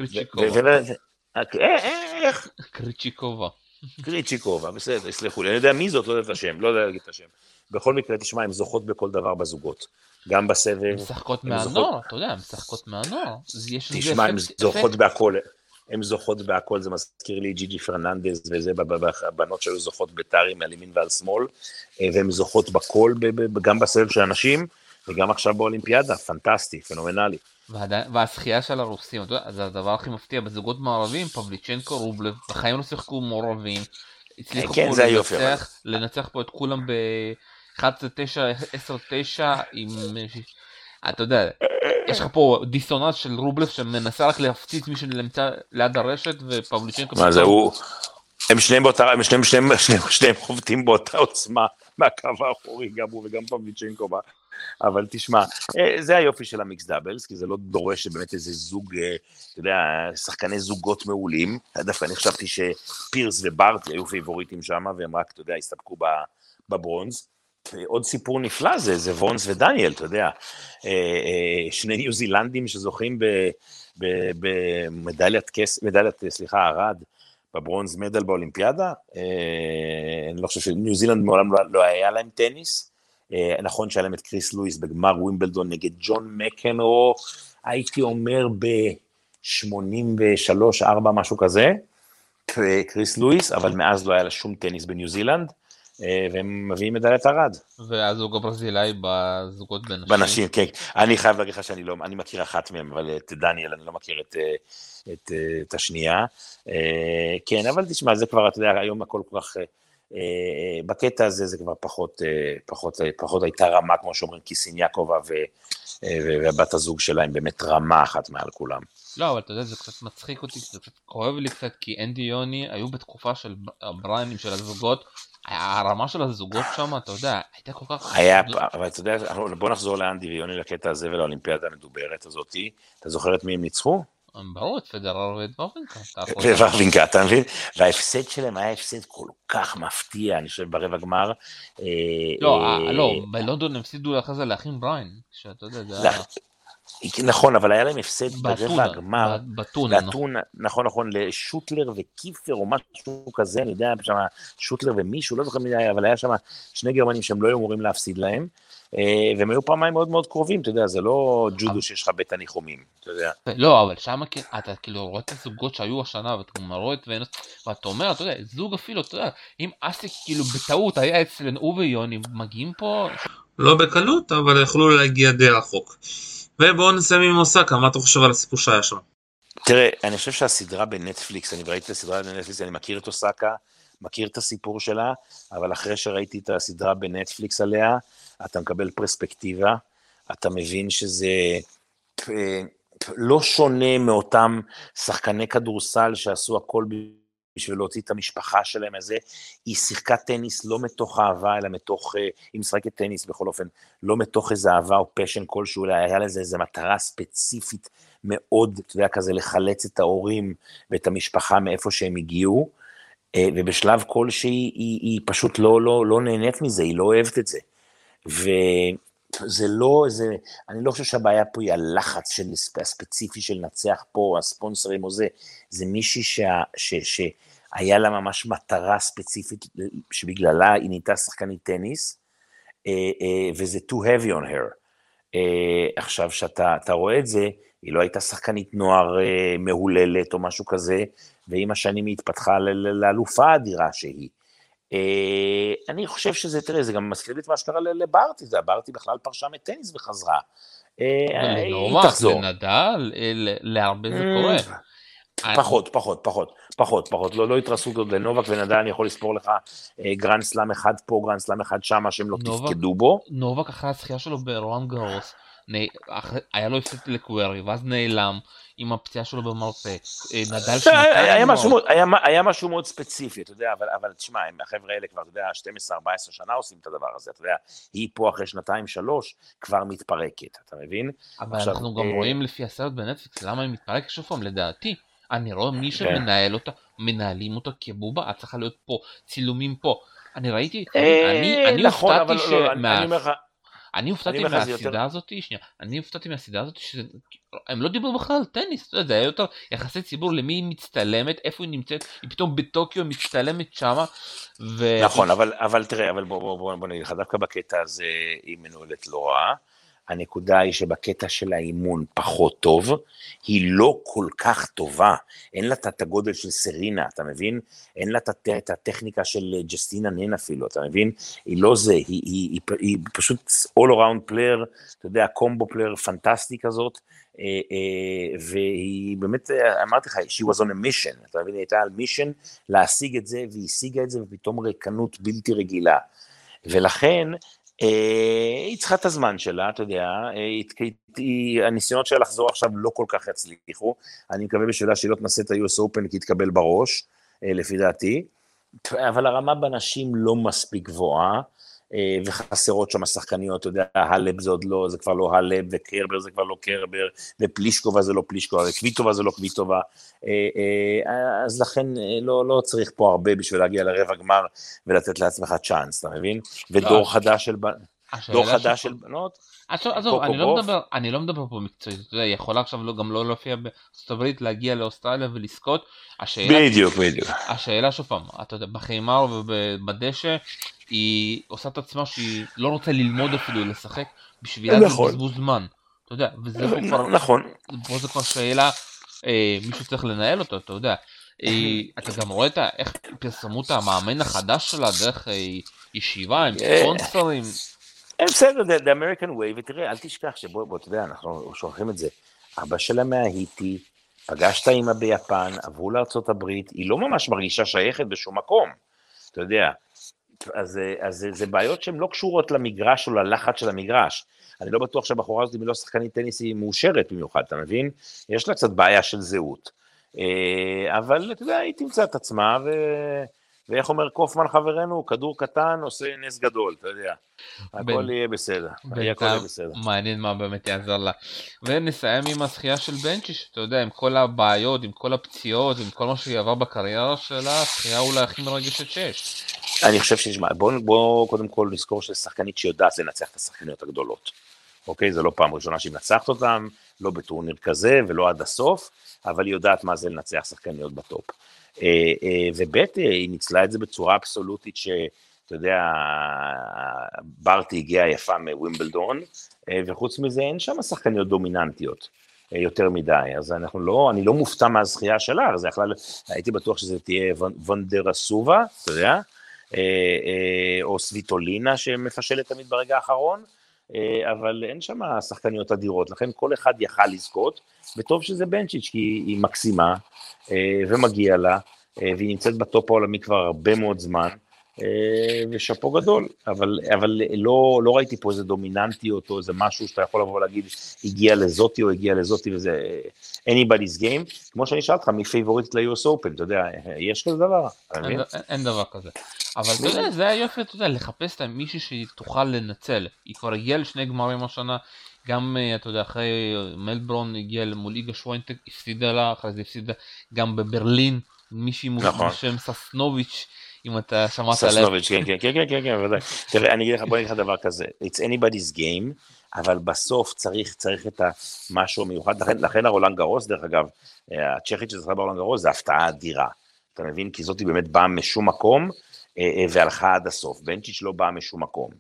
[SPEAKER 4] איך?
[SPEAKER 3] קריצ'יקובה.
[SPEAKER 4] קריצ'יקובה, בסדר, יסלחו לי, אני יודע מי זאת, לא יודע את השם, לא יודע להגיד את השם. בכל מקרה, תשמע, הן זוכות בכל דבר בזוגות. גם בסבב.
[SPEAKER 3] הן משחקות מהנוער, אתה יודע, הן משחקות מהנוער.
[SPEAKER 4] תשמע, הן זוכות בהכל. הן זוכות בהכל, זה מזכיר לי ג'יג'י פרננדז, וזה בנות שהיו זוכות בטארים, על ימין ועל שמאל, והן זוכות בכל, גם בסבב של אנשים, וגם עכשיו באולימפיאדה, פנטסטי, פנומנלי.
[SPEAKER 3] והזכייה של הרוסים, זה הדבר הכי מפתיע, בזוגות מערבים, פבליצ'נקו, רובלב, בחיים לא שיחקו מעורבים, הצליחו פה לנצח, לנצח פה את כולם ב-אחת עשרה תשע, עשר תשע, עם, אתה יודע, יש לך פה דיסוננס של רובלב שמנסה רק להפציץ מי שנמצא ליד הרשת, ופבליצ'נקו...
[SPEAKER 4] מה זה הוא? הם שניהם באותה, הם שניהם, שניהם, שניהם, שניהם חובטים באותה עוצמה, מהקו האחורי, גם הוא וגם פבליצ'נקו בה. אבל תשמע, זה היופי של המיקס דאבלס, כי זה לא דורש שבאמת איזה זוג, אתה יודע, שחקני זוגות מעולים, דווקא אני חשבתי שפירס וברטי היו פייבוריטים שם, והם רק, אתה יודע, הסתפקו בברונז. עוד סיפור נפלא זה, זה וונס ודניאל, אתה יודע, שני ניו זילנדים שזוכים במדליית כס, מדליית, סליחה, ארד, בברונז מדל באולימפיאדה, אני לא חושב שניו זילנד מעולם לא היה להם טניס, נכון שהיה להם את קריס לואיס בגמר ווימבלדון נגד ג'ון מקנרו, הייתי אומר ב-שמונים ושלוש ארבע משהו כזה, קריס לואיס, אבל מאז לא היה לה שום טניס בניו זילנד, והם מביאים מדליית ארד.
[SPEAKER 3] והזוג הברזילאי בזוגות בנשים.
[SPEAKER 4] בנשים, כן. אני חייב להגיד לך שאני לא, אני מכיר אחת מהם, אבל את דניאל, אני לא מכיר את, את, את השנייה. כן, אבל תשמע, זה כבר, אתה יודע, היום הכל כל כך, בקטע הזה זה כבר פחות, פחות, פחות הייתה רמה, כמו שאומרים, קיסיניאקובה ובת הזוג שלהם, באמת רמה אחת מעל כולם.
[SPEAKER 3] לא, אבל אתה יודע, זה קצת מצחיק אותי, זה קצת כואב לי קצת, כי אנדי יוני היו בתקופה של הבריינים של הזוגות, הרמה של הזוגות שם, אתה יודע, הייתה כל כך...
[SPEAKER 4] היה, אבל אתה יודע, בוא נחזור לאנדי ויוני לקטע הזה ולאולימפיאדה המדוברת הזאתי, אתה זוכר את מי הם ניצחו?
[SPEAKER 3] ברור, את פדרר ואת וורבינקה.
[SPEAKER 4] וורבינקה, אתה מבין? וההפסד שלהם היה הפסד כל כך מפתיע, אני חושב ברבע גמר.
[SPEAKER 3] לא, לא, בלונדון הם הפסידו אחרי זה לאחים בריין, שאתה יודע, זה היה...
[SPEAKER 4] נכון, אבל היה להם הפסד ברבע הגמר.
[SPEAKER 3] בטונה.
[SPEAKER 4] נכון, נכון, לשוטלר וקיפר או משהו כזה, אני יודע, שם שוטלר ומישהו, לא זוכר מי, אבל היה שם שני גרמנים שהם לא היו אמורים להפסיד להם, והם היו פעמיים מאוד מאוד קרובים, אתה יודע, זה לא ג'ודו שיש לך בית הניחומים, אתה יודע.
[SPEAKER 3] לא, אבל שם אתה כאילו רואה את הזוגות שהיו השנה, ואתה רואה את ונוס, ואתה אומר, אתה יודע, זוג אפילו, אתה יודע, אם אסיק כאילו בטעות היה אצלן הוא ויוני, מגיעים פה...
[SPEAKER 1] לא בקלות, אבל יכלו להגיע די רחוק. ובואו נסיים עם אוסקה, מה אתה חושב על הסיפור שהיה שם?
[SPEAKER 4] תראה, אני חושב שהסדרה בנטפליקס, אני ראיתי את הסדרה בנטפליקס, אני מכיר את אוסקה, מכיר את הסיפור שלה, אבל אחרי שראיתי את הסדרה בנטפליקס עליה, אתה מקבל פרספקטיבה, אתה מבין שזה לא שונה מאותם שחקני כדורסל שעשו הכל בשביל להוציא את המשפחה שלהם הזה, היא שיחקה טניס לא מתוך אהבה, אלא מתוך, היא משחקת טניס בכל אופן, לא מתוך איזו אהבה או פשן כלשהו, אלא היה לזה איזו מטרה ספציפית מאוד, אתה יודע, כזה לחלץ את ההורים ואת המשפחה מאיפה שהם הגיעו, ובשלב כלשהי היא, היא פשוט לא, לא, לא נהנית מזה, היא לא אוהבת את זה. וזה לא, זה, אני לא חושב שהבעיה פה היא הלחץ של הספציפי של נצח פה, הספונסרים או זה, זה מישהי שה, ש, ש, היה לה ממש מטרה ספציפית שבגללה היא נהייתה שחקנית טניס, וזה too heavy on her. עכשיו, שאתה רואה את זה, היא לא הייתה שחקנית נוער מהוללת או משהו כזה, ועם השנים היא התפתחה לאלופה אדירה שהיא. אני חושב שזה, תראה, זה גם מזכיר לי את מה שקרה לברטי, זה ברטי בכלל פרשה מטניס וחזרה. היא תחזור.
[SPEAKER 3] לנדל, להרבה זה קורה.
[SPEAKER 4] פחות, פחות, פחות, פחות, פחות, לא, לא התרסות עוד לנובק ונדל, אני יכול לספור לך גרנד סלאם אחד פה, גרנד סלאם אחד שם, שהם לא תפקדו בו.
[SPEAKER 3] נובק אחרי הזכייה שלו ברולאן גארוס, היה לו הפסד לקווירי, ואז נעלם עם הפציעה שלו במרפק, נדל שנתיים מאוד.
[SPEAKER 4] היה משהו מאוד ספציפי, אתה יודע, אבל תשמע, החבר'ה האלה כבר, אתה יודע, שתים עשרה ארבע עשרה שנה עושים את הדבר הזה, אתה יודע, היא פה אחרי שנתיים שלוש, כבר מתפרקת, אתה מבין?
[SPEAKER 3] אבל אנחנו גם רואים לפי הסרט בנטפליקס, למה היא מתפרקת שוב פעם, לדעתי. אני רואה מי שמנהל אותה, מנהלים אותה כבובה, את צריכה להיות פה, צילומים פה. אני ראיתי, אני הופתעתי אני הופתעתי מהסדרה הזאת, שנייה, אני הופתעתי מהסדרה הזאת, שהם לא דיברו בכלל על טניס, זה היה יותר יחסי ציבור למי היא מצטלמת, איפה היא נמצאת, היא פתאום בטוקיו מצטלמת שמה.
[SPEAKER 4] נכון, אבל תראה, אבל בוא נגיד לך, דווקא בקטע הזה היא מנוהלת לא רעה, הנקודה היא שבקטע של האימון פחות טוב, היא לא כל כך טובה, אין לה את הגודל של סרינה, אתה מבין? אין לה את הטכניקה של ג'סטינה נין אפילו, אתה מבין? היא לא זה, היא, היא, היא, היא פשוט all around player, אתה יודע, קומבו פלייר פנטסטי כזאת, והיא באמת, אמרתי לך, she was on a mission, אתה מבין? היא הייתה על מישן להשיג את זה, והיא השיגה את זה, ופתאום ריקנות בלתי רגילה, ולכן, היא צריכה את הזמן שלה, אתה יודע, הניסיונות שלה לחזור עכשיו לא כל כך יצליחו, אני מקווה בשבילה שהיא לא תנסה את ה-יו אס Open כי תתקבל בראש, לפי דעתי, אבל הרמה בנשים לא מספיק גבוהה, וחסרות שם השחקניות, אתה יודע, הלב זה עוד לא, זה כבר לא הלב, וקרבר זה כבר לא קרבר, ופלישקובה זה לא פלישקובה, וקוויטובה זה לא קוויטובה, אז לכן לא, לא צריך פה הרבה בשביל להגיע לרבע גמר, ולתת לעצמך צ'אנס, אתה מבין? ודור חדש של בנות, דור חדש של בנות,
[SPEAKER 3] עזוב, אני לא מדבר, אני לא מדבר פה מקצועית, אתה יודע, יכולה עכשיו גם לא להופיע בארצות הברית, להגיע לאוסטרליה ולזכות,
[SPEAKER 4] בדיוק, בדיוק.
[SPEAKER 3] השאלה שוב פעם, אתה יודע, בחיימר ובדשא, היא עושה את עצמה שהיא לא רוצה ללמוד אפילו לשחק, בשבילה זה בזבוז זמן, אתה יודע, וזה כבר,
[SPEAKER 4] נכון,
[SPEAKER 3] פה זה כבר שאלה, מישהו צריך לנהל אותו, אתה יודע, אתה גם רואה איך פרסמו את המאמן החדש שלה, דרך ישיבה עם ספונסרים,
[SPEAKER 4] בסדר, the American way, ותראה, אל תשכח שבוא, בוא, אתה יודע, אנחנו שוכחים את זה, אבא שלה מההיטי, פגשת אימא ביפן, עברו לארצות הברית, היא לא ממש מרגישה שייכת בשום מקום, אתה יודע, אז, אז זה בעיות שהן לא קשורות למגרש או ללחץ של המגרש, אני לא בטוח שהבחורה הזאת, אם היא לא שחקנית טניס, היא מאושרת במיוחד, אתה מבין? יש לה קצת בעיה של זהות, אבל אתה יודע, היא תמצא את עצמה, ו... ואיך אומר קופמן חברנו, כדור קטן עושה נס גדול, אתה יודע, הכל יהיה בסדר, הכל יהיה בסדר.
[SPEAKER 3] מעניין מה באמת יעזר לה. ונסיים עם הזכייה של בנצ'יץ', אתה יודע, עם כל הבעיות, עם כל הפציעות, עם כל מה שהיא עבר בקריירה שלה, הזכייה אולי הכי מרגשת שיש.
[SPEAKER 4] אני חושב שנשמע, בואו קודם כל נזכור שיש שחקנית שיודעת לנצח את השחקניות הגדולות, אוקיי? זה לא פעם ראשונה שהיא מנצחת אותם, לא בטורניר כזה ולא עד הסוף, אבל היא יודעת מה זה לנצח שחקניות בטופ. ובית היא ניצלה את זה בצורה אבסולוטית שאתה יודע, ברטי הגיעה יפה מווימבלדון, וחוץ מזה אין שם שחקניות דומיננטיות יותר מדי, אז אנחנו לא, אני לא מופתע מהזכייה שלה, אז בכלל הייתי בטוח שזה תהיה וונדרסובה, אתה יודע, או סוויטולינה שמפשלת תמיד ברגע האחרון, אבל אין שם שחקניות אדירות, לכן כל אחד יכל לזכות, וטוב שזה בנצ'יץ' כי היא מקסימה, ומגיע לה, והיא נמצאת בטופ העולמי כבר הרבה מאוד זמן, ושפו גדול, אבל, אבל לא, לא ראיתי פה איזה דומיננטיות, או איזה משהו שאתה יכול לבוא להגיד, הגיע לזאתי או הגיע לזאתי, וזה anybody's game, כמו שאני שאלת לך, מי פייבוריט ל-יו אס Open, אתה יודע, יש כזה דבר, אתה מבין?
[SPEAKER 3] אין, אין דבר כזה, אבל אתה יודע, זה היה יופי, אתה יודע, לחפש את מישהי שהיא תוכל לנצל, היא כבר הגיעה לשני גמרים השנה, גם, אתה יודע, אחרי מלברון הגיעה מול איגה שוויינטק, הפסידה לה, אחרי זה הפסידה גם בברלין, מישהי בשם ססנוביץ', אם אתה שמעת עליה.
[SPEAKER 4] ססנוביץ', כן, כן, כן, כן, כן, ודאי. תראה, אני אגיד לך, בוא נגיד לך דבר כזה, it's anybody's game, אבל בסוף צריך, צריך את המשהו המיוחד, לכן, לכן הרולנד גרוס, דרך אגב, הצ'כית שזכה ברולנד גרוס, זה הפתעה אדירה, אתה מבין? כי זאת היא באמת באה משום מקום, והלכה עד הסוף. בנצ'יץ' לא באה משום מקום.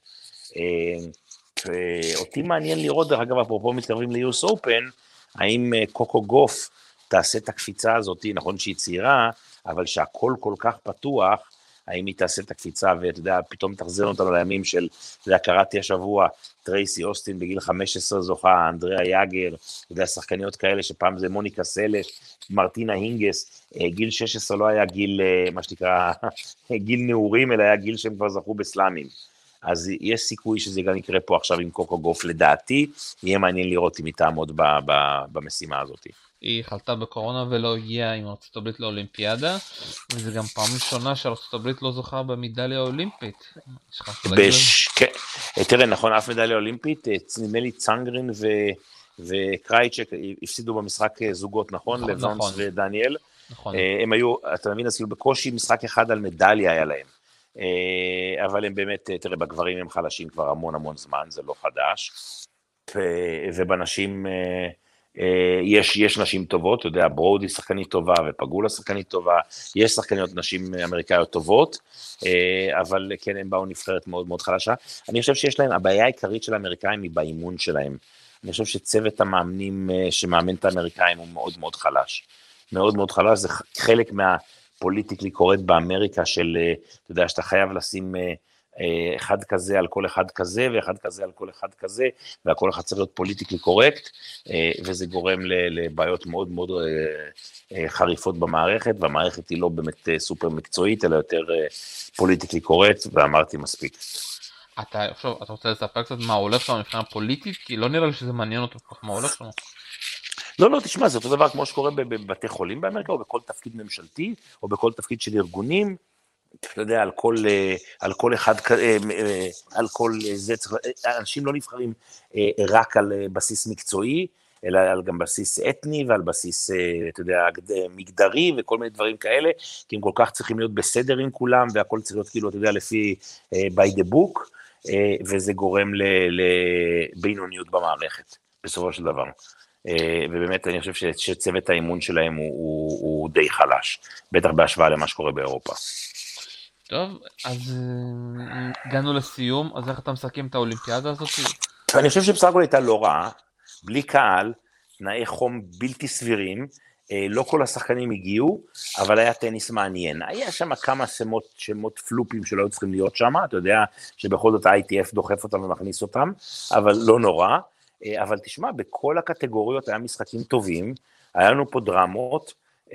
[SPEAKER 4] אותי מעניין לראות, דרך אגב, אפרופו מתקרבים ל-יו אס Open, האם קוקו גוף תעשה את הקפיצה הזאת, נכון שהיא צעירה, אבל שהכל כל כך פתוח, האם היא תעשה את הקפיצה, ואתה יודע, פתאום תחזיר אותנו לימים של, אתה יודע, קראתי השבוע, טרייסי אוסטין בגיל חמש עשרה זוכה, אנדריה יאגר, אתה יודע, שחקניות כאלה, שפעם זה מוניקה סלש, מרטינה הינגס, גיל שש עשרה לא היה גיל, מה שנקרא, גיל נעורים, אלא היה גיל שהם כבר זכו בסלאמים. אז יש סיכוי שזה גם יקרה פה עכשיו עם קוקו גוף, לדעתי, יהיה מעניין לראות אם היא תעמוד ב- ב- במשימה הזאת.
[SPEAKER 3] היא חלתה בקורונה ולא הגיעה עם ארצות הברית לאולימפיאדה, וזה גם פעם ראשונה שארצות הברית לא זוכה במדליה האולימפית.
[SPEAKER 4] בש... כן. תראה, נכון, אף מדליה אולימפית, נדמה לי צנגרין ו... וקרייצ'ק הפסידו במשחק זוגות, נכון?
[SPEAKER 3] נכון,
[SPEAKER 4] לבנס
[SPEAKER 3] נכון.
[SPEAKER 4] ודניאל.
[SPEAKER 3] נכון.
[SPEAKER 4] הם היו, אתה מבין, אז כאילו בקושי משחק אחד על מדליה היה להם. אבל הם באמת, תראה, בגברים הם חלשים כבר המון המון זמן, זה לא חדש. ובנשים... יש, יש נשים טובות, אתה יודע, ברודי שחקנית טובה ופגולה שחקנית טובה, יש שחקניות נשים אמריקאיות טובות, אבל כן, הם באו נבחרת מאוד מאוד חלשה. אני חושב שיש להם, הבעיה העיקרית של האמריקאים היא באימון שלהם. אני חושב שצוות המאמנים שמאמן את האמריקאים הוא מאוד מאוד חלש. מאוד מאוד חלש, זה חלק מהפוליטיקלי קורקט באמריקה של, אתה יודע, שאתה חייב לשים... אחד כזה על כל אחד כזה, ואחד כזה על כל אחד כזה, והכל אחד צריך להיות פוליטיקלי קורקט, וזה גורם לבעיות מאוד מאוד חריפות במערכת, והמערכת היא לא באמת סופר מקצועית, אלא יותר פוליטיקלי קורקט, ואמרתי מספיק.
[SPEAKER 3] אתה, עכשיו, אתה רוצה לספר קצת מה הולך שם מבחינה פוליטית? כי לא נראה לי שזה מעניין אותו כל כך מה הולך שם.
[SPEAKER 4] לא, לא, תשמע, זה אותו דבר כמו שקורה בבתי חולים באמריקה, או בכל תפקיד ממשלתי, או בכל תפקיד של ארגונים, אתה יודע, על כל, על כל אחד, על כל זה, אנשים לא נבחרים רק על בסיס מקצועי, אלא על גם בסיס אתני, ועל בסיס, אתה יודע, מגדרי, וכל מיני דברים כאלה, כי הם כל כך צריכים להיות בסדר עם כולם, והכל צריך להיות כאילו, אתה יודע, לפי by the book, וזה גורם לבינוניות במערכת, בסופו של דבר. ובאמת אני חושב שצוות האימון שלהם הוא, הוא, הוא די חלש, בטח בהשוואה למה שקורה באירופה.
[SPEAKER 3] טוב, אז הגענו לסיום, אז איך אתה מסכם את האולימפיאדה הזאת?
[SPEAKER 4] אני חושב שבסך הכל הייתה לא רעה, בלי קהל, תנאי חום בלתי סבירים, לא כל השחקנים הגיעו, אבל היה טניס מעניין. היה שם כמה שמות, שמות פלופים שלא היו צריכים להיות שם, אתה יודע שבכל זאת ה-איי טי אף דוחף אותם ומכניס אותם, אבל לא נורא. אבל תשמע, בכל הקטגוריות היה משחקים טובים, היה לנו פה דרמות,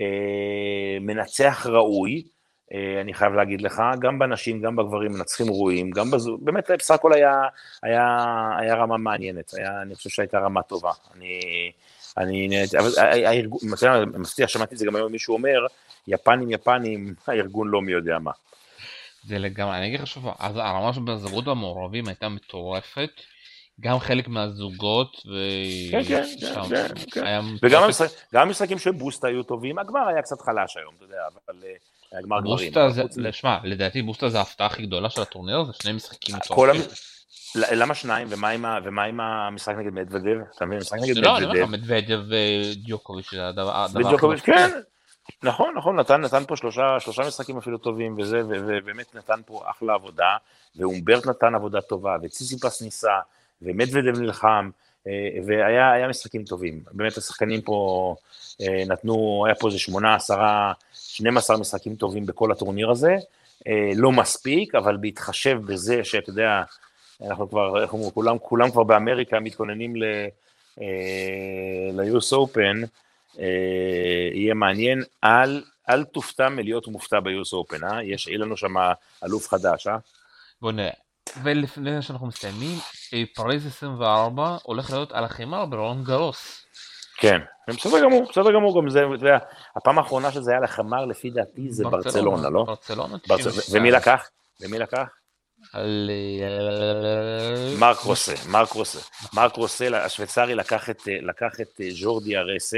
[SPEAKER 4] מנצח ראוי, אני חייב להגיד לך, גם בנשים, גם בגברים, מנצחים ראויים, גם בזו, באמת, בסך הכל היה, היה, היה רמה מעניינת, היה, אני חושב שהייתה רמה טובה, אני, אני, אבל הארגון, מפתיע, שמעתי את זה גם היום מישהו אומר, יפנים, יפנים, הארגון לא מי יודע מה.
[SPEAKER 3] זה לגמרי, אני אגיד לך שוב, אז הרמה שבזרות המעורבים הייתה מטורפת, גם חלק מהזוגות, ו...
[SPEAKER 4] כן, כן, כן, כן. וגם המשחקים של בוסטה היו טובים, הגמר היה קצת חלש היום, אתה יודע, אבל הגמר גברים.
[SPEAKER 3] בוסטה זה, לשמע, לדעתי בוסטה זה ההפתעה הכי גדולה של הטורניר, זה שני משחקים מטורפים.
[SPEAKER 4] למה שניים, ומה עם המשחק נגד מדוודב? אתה מבין, המשחק נגד מדוודב?
[SPEAKER 3] לא, אני אומר לך, מדוודב ודיוקוביץ' זה הדבר...
[SPEAKER 4] ודיוקוביץ', כן. נכון, נכון, נתן, נתן פה שלושה, שלושה משחקים אפילו טובים, וזה, ובאמת נתן פה אחלה עבודה, ואומברט נתן עבודה טובה, וציציפס ניסה, ומדוודב נלחם, והיה, היה משחקים טובים. באמת השחקנים פה נתנו, היה פה איזה שמונה, עשרה, שנים עשר משחקים טובים בכל הטורניר הזה, לא מספיק, אבל בהתחשב בזה שאתה יודע, אנחנו כבר, איך אומרים, כולם, כולם כבר באמריקה מתכוננים ל-יו אס Open, יהיה מעניין, אל, אל תופתע מלהיות מופתע ב-יו אס Open, אה? יש, יהיה לנו שם אלוף חדש, אה?
[SPEAKER 3] בוא נראה. ולפני שאנחנו מסיימים, פריז עשרים וארבע הולך להיות על החימר ברולאן גארוס.
[SPEAKER 4] כן, בסדר גמור, בסדר גמור, גם זה, זה, הפעם האחרונה שזה היה לחמר, לפי דעתי, זה ברצלונה, לא?
[SPEAKER 3] ברצלונה,
[SPEAKER 4] ומי לקח? ומי לקח?
[SPEAKER 3] על...
[SPEAKER 4] מרק רוסה, מרק רוסה. מרק רוסה, השוויצרי, לקח את, לקח את ז'ורדי ארסה,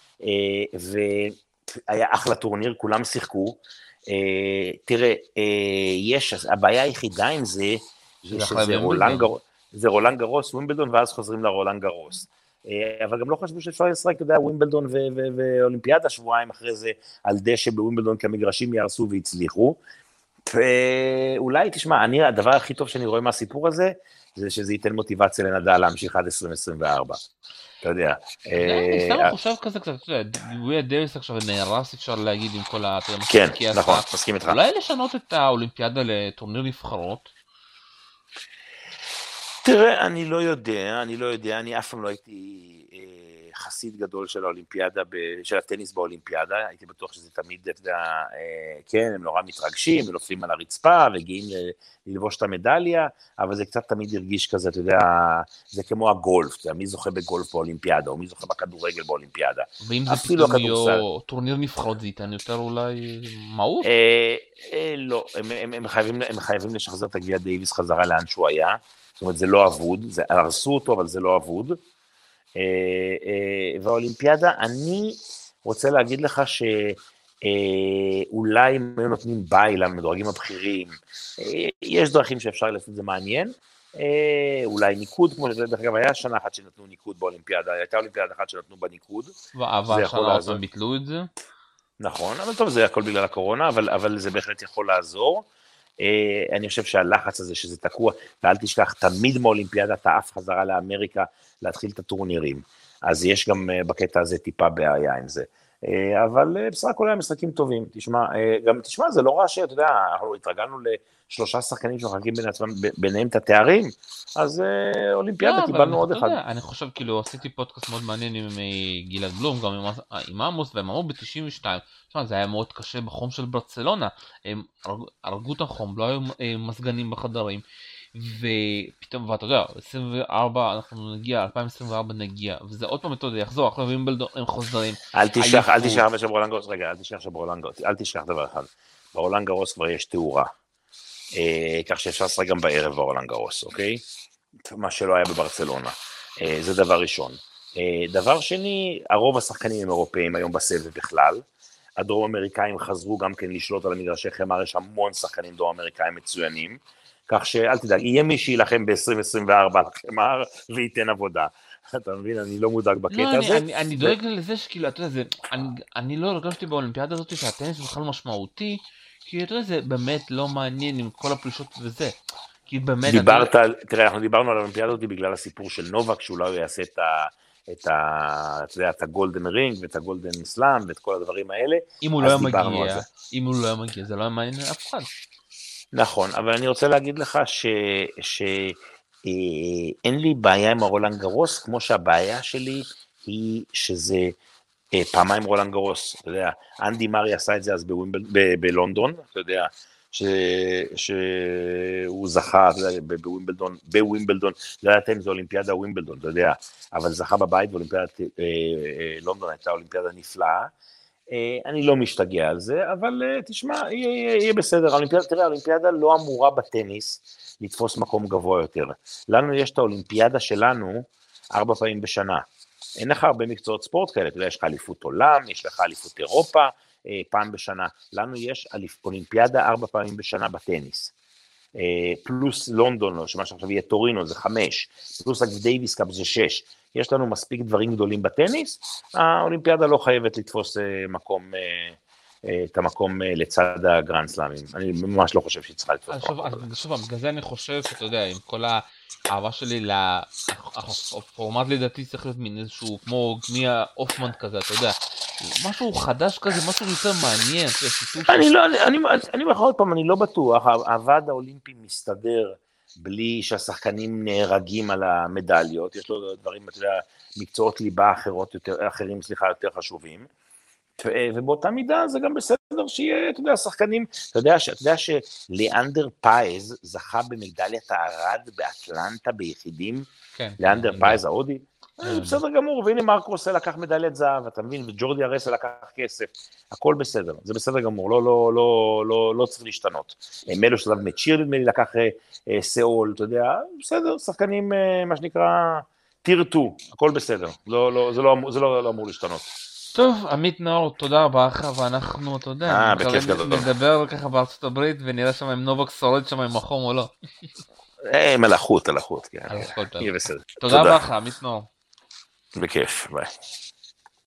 [SPEAKER 4] והיה אחלה טורניר, כולם שיחקו. תראה, יש, הבעיה היחידה עם זה, שזה רולאן גרוס, זה רולאן גרוס, ווימבלדון, ואז חוזרים לרולאן גרוס. אבל גם לא חשבו שאפשר לשחק, אתה יודע, ווימבלדון ואולימפיאדה שבועיים אחרי זה, על דשא בווימבלדון כמגרשים יערסו והצליחו. ואולי, תשמע, אני, הדבר הכי טוב שאני רואה מהסיפור הזה, זה שזה ייתן מוטיבציה לנדל להמשיך עד עשרים עשרים וארבע. אתה יודע.
[SPEAKER 3] אני סתם חושב כזה קצת, אתה יודע, וויה דייוויס עכשיו נהרס, אפשר להגיד עם כל ה...
[SPEAKER 4] כן, נכון, מסכים איתך.
[SPEAKER 3] אולי לשנות את האולימפיאדה לטורניר נבחרות?
[SPEAKER 4] תראה, אני לא יודע, אני לא יודע, אני אף פעם לא הייתי חסיד גדול של האולימפיאדה, של הטניס באולימפיאדה, הייתי בטוח שזה תמיד, אתה יודע, כן, הם נורא מתרגשים, ונופלים על הרצפה, וגאים ללבוש את המדליה, אבל זה קצת תמיד הרגיש כזה, אתה יודע, זה כמו הגולף, אתה יודע, מי זוכה בגולף באולימפיאדה, או מי זוכה בכדורגל באולימפיאדה.
[SPEAKER 3] ואם זה פתאום יהיה טורניר נבחרות, זה ייתן יותר אולי מעוף?
[SPEAKER 4] לא, הם חייבים לשחזר את הגביע דייוויס חזרה לאן שהוא היה, זאת אומרת, זה לא אבוד, זה, הרסו אותו, אבל זה לא אבוד. אה, אה, והאולימפיאדה, אני רוצה להגיד לך שאולי אם היו נותנים ביי למדורגים הבכירים, אה, יש דרכים שאפשר לעשות את זה מעניין, אה, אולי ניקוד, כמו שזה, דרך אגב, היה שנה אחת שנתנו ניקוד באולימפיאדה, הייתה אולימפיאדה אחת שנתנו בניקוד.
[SPEAKER 3] ועבר שנה אותם ביטלו את זה?
[SPEAKER 4] נכון, אבל טוב, זה הכל בגלל הקורונה, אבל, אבל זה בהחלט יכול לעזור. Uh, אני חושב שהלחץ הזה שזה תקוע, ואל תשכח, תמיד מאולימפיאדה אתה אף חזרה לאמריקה להתחיל את הטורנירים, אז יש גם uh, בקטע הזה טיפה בעיה עם זה, uh, אבל uh, בסך הכל היה משחקים טובים, תשמע, uh, גם תשמע, זה לא רע שאתה יודע, אנחנו התרגלנו לשלושה שחקנים שמחלקים בין עצמם, ביניהם את התארים, אז uh, אולימפיאדה לא, קיבלנו עוד אחד.
[SPEAKER 3] יודע, אני חושב, כאילו, עשיתי פודקאסט מאוד מעניין עם גלעד בלום, גם עם, עם עמוס, והם אמרו ב-תשעים ושתיים, תשמע, זה היה מאוד קשה בחום של ברצלונה, הם הרגו את החום, לא היו מזגנים בחדרים, ופתאום, ואתה יודע, עשרים וארבע, אנחנו נגיע, אלפיים עשרים וארבע נגיע, וזה עוד פעם, אתה יודע, יחזור, אחרי וימבלדון, הם חוזרים.
[SPEAKER 4] אל תשכח, אל תשכח שברולנד גרוס, רגע, אל תשכח שברולנד גרוס, אל תשכח דבר אחד, ברולנד גרוס כבר יש תאורה, כך שאפשר לשחק גם בערב ברולנד גרוס, אוקיי? מה שלא היה בברצלונה, זה דבר ראשון. דבר שני, הרוב השחקנים הם אירופאים היום בסבב בכלל, הדרום אמריקאים חזרו גם כן לשלוט על המגרשי חמר, יש המון שחקנים דרום אמריקאים מצוינים, כך שאל תדאג, יהיה מי שילחם ב-עשרים עשרים וארבע על חמר וייתן עבודה. אתה מבין, אני לא מודאג בקטע הזה.
[SPEAKER 3] אני דואג לזה שכאילו, אתה יודע, אני לא הרגשתי באולימפיאדה הזאת שהטניס בכלל משמעותי, כי אתה יודע, זה באמת לא מעניין עם כל הפלישות וזה.
[SPEAKER 4] דיברת, תראה, אנחנו דיברנו על האולימפיאדה הזאת בגלל הסיפור של נובק, שאולי הוא יעשה את ה... את ה... אתה יודע, את הגולדן רינג ואת הגולדן סלאם ואת כל הדברים האלה.
[SPEAKER 3] אם הוא לא מגיע, אם הוא לא מגיע, זה לא מעניין אף אחד.
[SPEAKER 4] נכון, אבל אני רוצה להגיד לך ש... ש... אין לי בעיה עם הרולנד גרוס, כמו שהבעיה שלי היא שזה פעמיים רולנד גרוס, אתה יודע, אנדי מרי עשה את זה אז בווימבל... ב... בלונדון, אתה יודע, ש... שהוא זכה בווימבלדון, בווימבלדון, לא יודעת אם זה אולימפיאדה ווימבלדון, אתה יודע, אבל זכה בבית ואולימפיאדת לונדון הייתה אולימפיאדה נפלאה, אני לא משתגע על זה, אבל תשמע, יהיה, יהיה בסדר, האולימפיאדה, תראה, האולימפיאדה לא אמורה בטניס לתפוס מקום גבוה יותר, לנו יש את האולימפיאדה שלנו ארבע פעמים בשנה, אין לך הרבה מקצועות ספורט כאלה, אתה יודע, יש לך אליפות עולם, יש לך אליפות אירופה, פעם בשנה, לנו יש אולימפיאדה ארבע פעמים בשנה בטניס, פלוס לונדון, שמה שעכשיו יהיה טורינו זה חמש, פלוס דייוויס קאפ זה שש, יש לנו מספיק דברים גדולים בטניס, האולימפיאדה לא חייבת לתפוס מקום, את המקום לצד הגרנד סלאמים, אני ממש לא חושב שהיא צריכה לתפוס מקום.
[SPEAKER 3] שוב, בגלל זה אני חושב שאתה יודע, עם כל האהבה שלי, הפורמט לדעתי צריך להיות מין איזשהו, כמו גמיה אופמן כזה, אתה יודע, משהו חדש כזה, משהו יותר מעניין.
[SPEAKER 4] אני לא, אני אומר עוד פעם, אני לא בטוח, הוועד האולימפי מסתדר בלי שהשחקנים נהרגים על המדליות, יש לו דברים, אתה יודע, מקצועות ליבה אחרות, אחרים, סליחה, יותר חשובים, ובאותה מידה זה גם בסדר שיהיה, אתה יודע, השחקנים, אתה יודע, אתה יודע שלאנדר פייז זכה במדליית הארד באטלנטה ביחידים, כן, לאנדר פייז ההודי, זה בסדר גמור, והנה מרק רוסל לקח מדליית זהב, אתה מבין, וג'ורדי הרסל לקח כסף, הכל בסדר, זה בסדר גמור, לא, לא, לא, לא, לא צריך להשתנות. מלו שלב מצ'יר, נדמה לי, לקח סאול, אתה יודע, בסדר, שחקנים, מה שנקרא, תירטו, הכל בסדר, לא, לא, זה לא, זה לא, לא אמור להשתנות.
[SPEAKER 3] טוב, עמית נאור, תודה רבה לך, ואנחנו, אתה יודע, נדבר ככה בארצות הברית, ונראה שם אם נובק שורד שם עם החום או לא.
[SPEAKER 4] מלאכות, מלאכות, כן, יהיה בסדר.
[SPEAKER 3] תודה רבה לך, עמית נאור.
[SPEAKER 4] בכיף, ביי.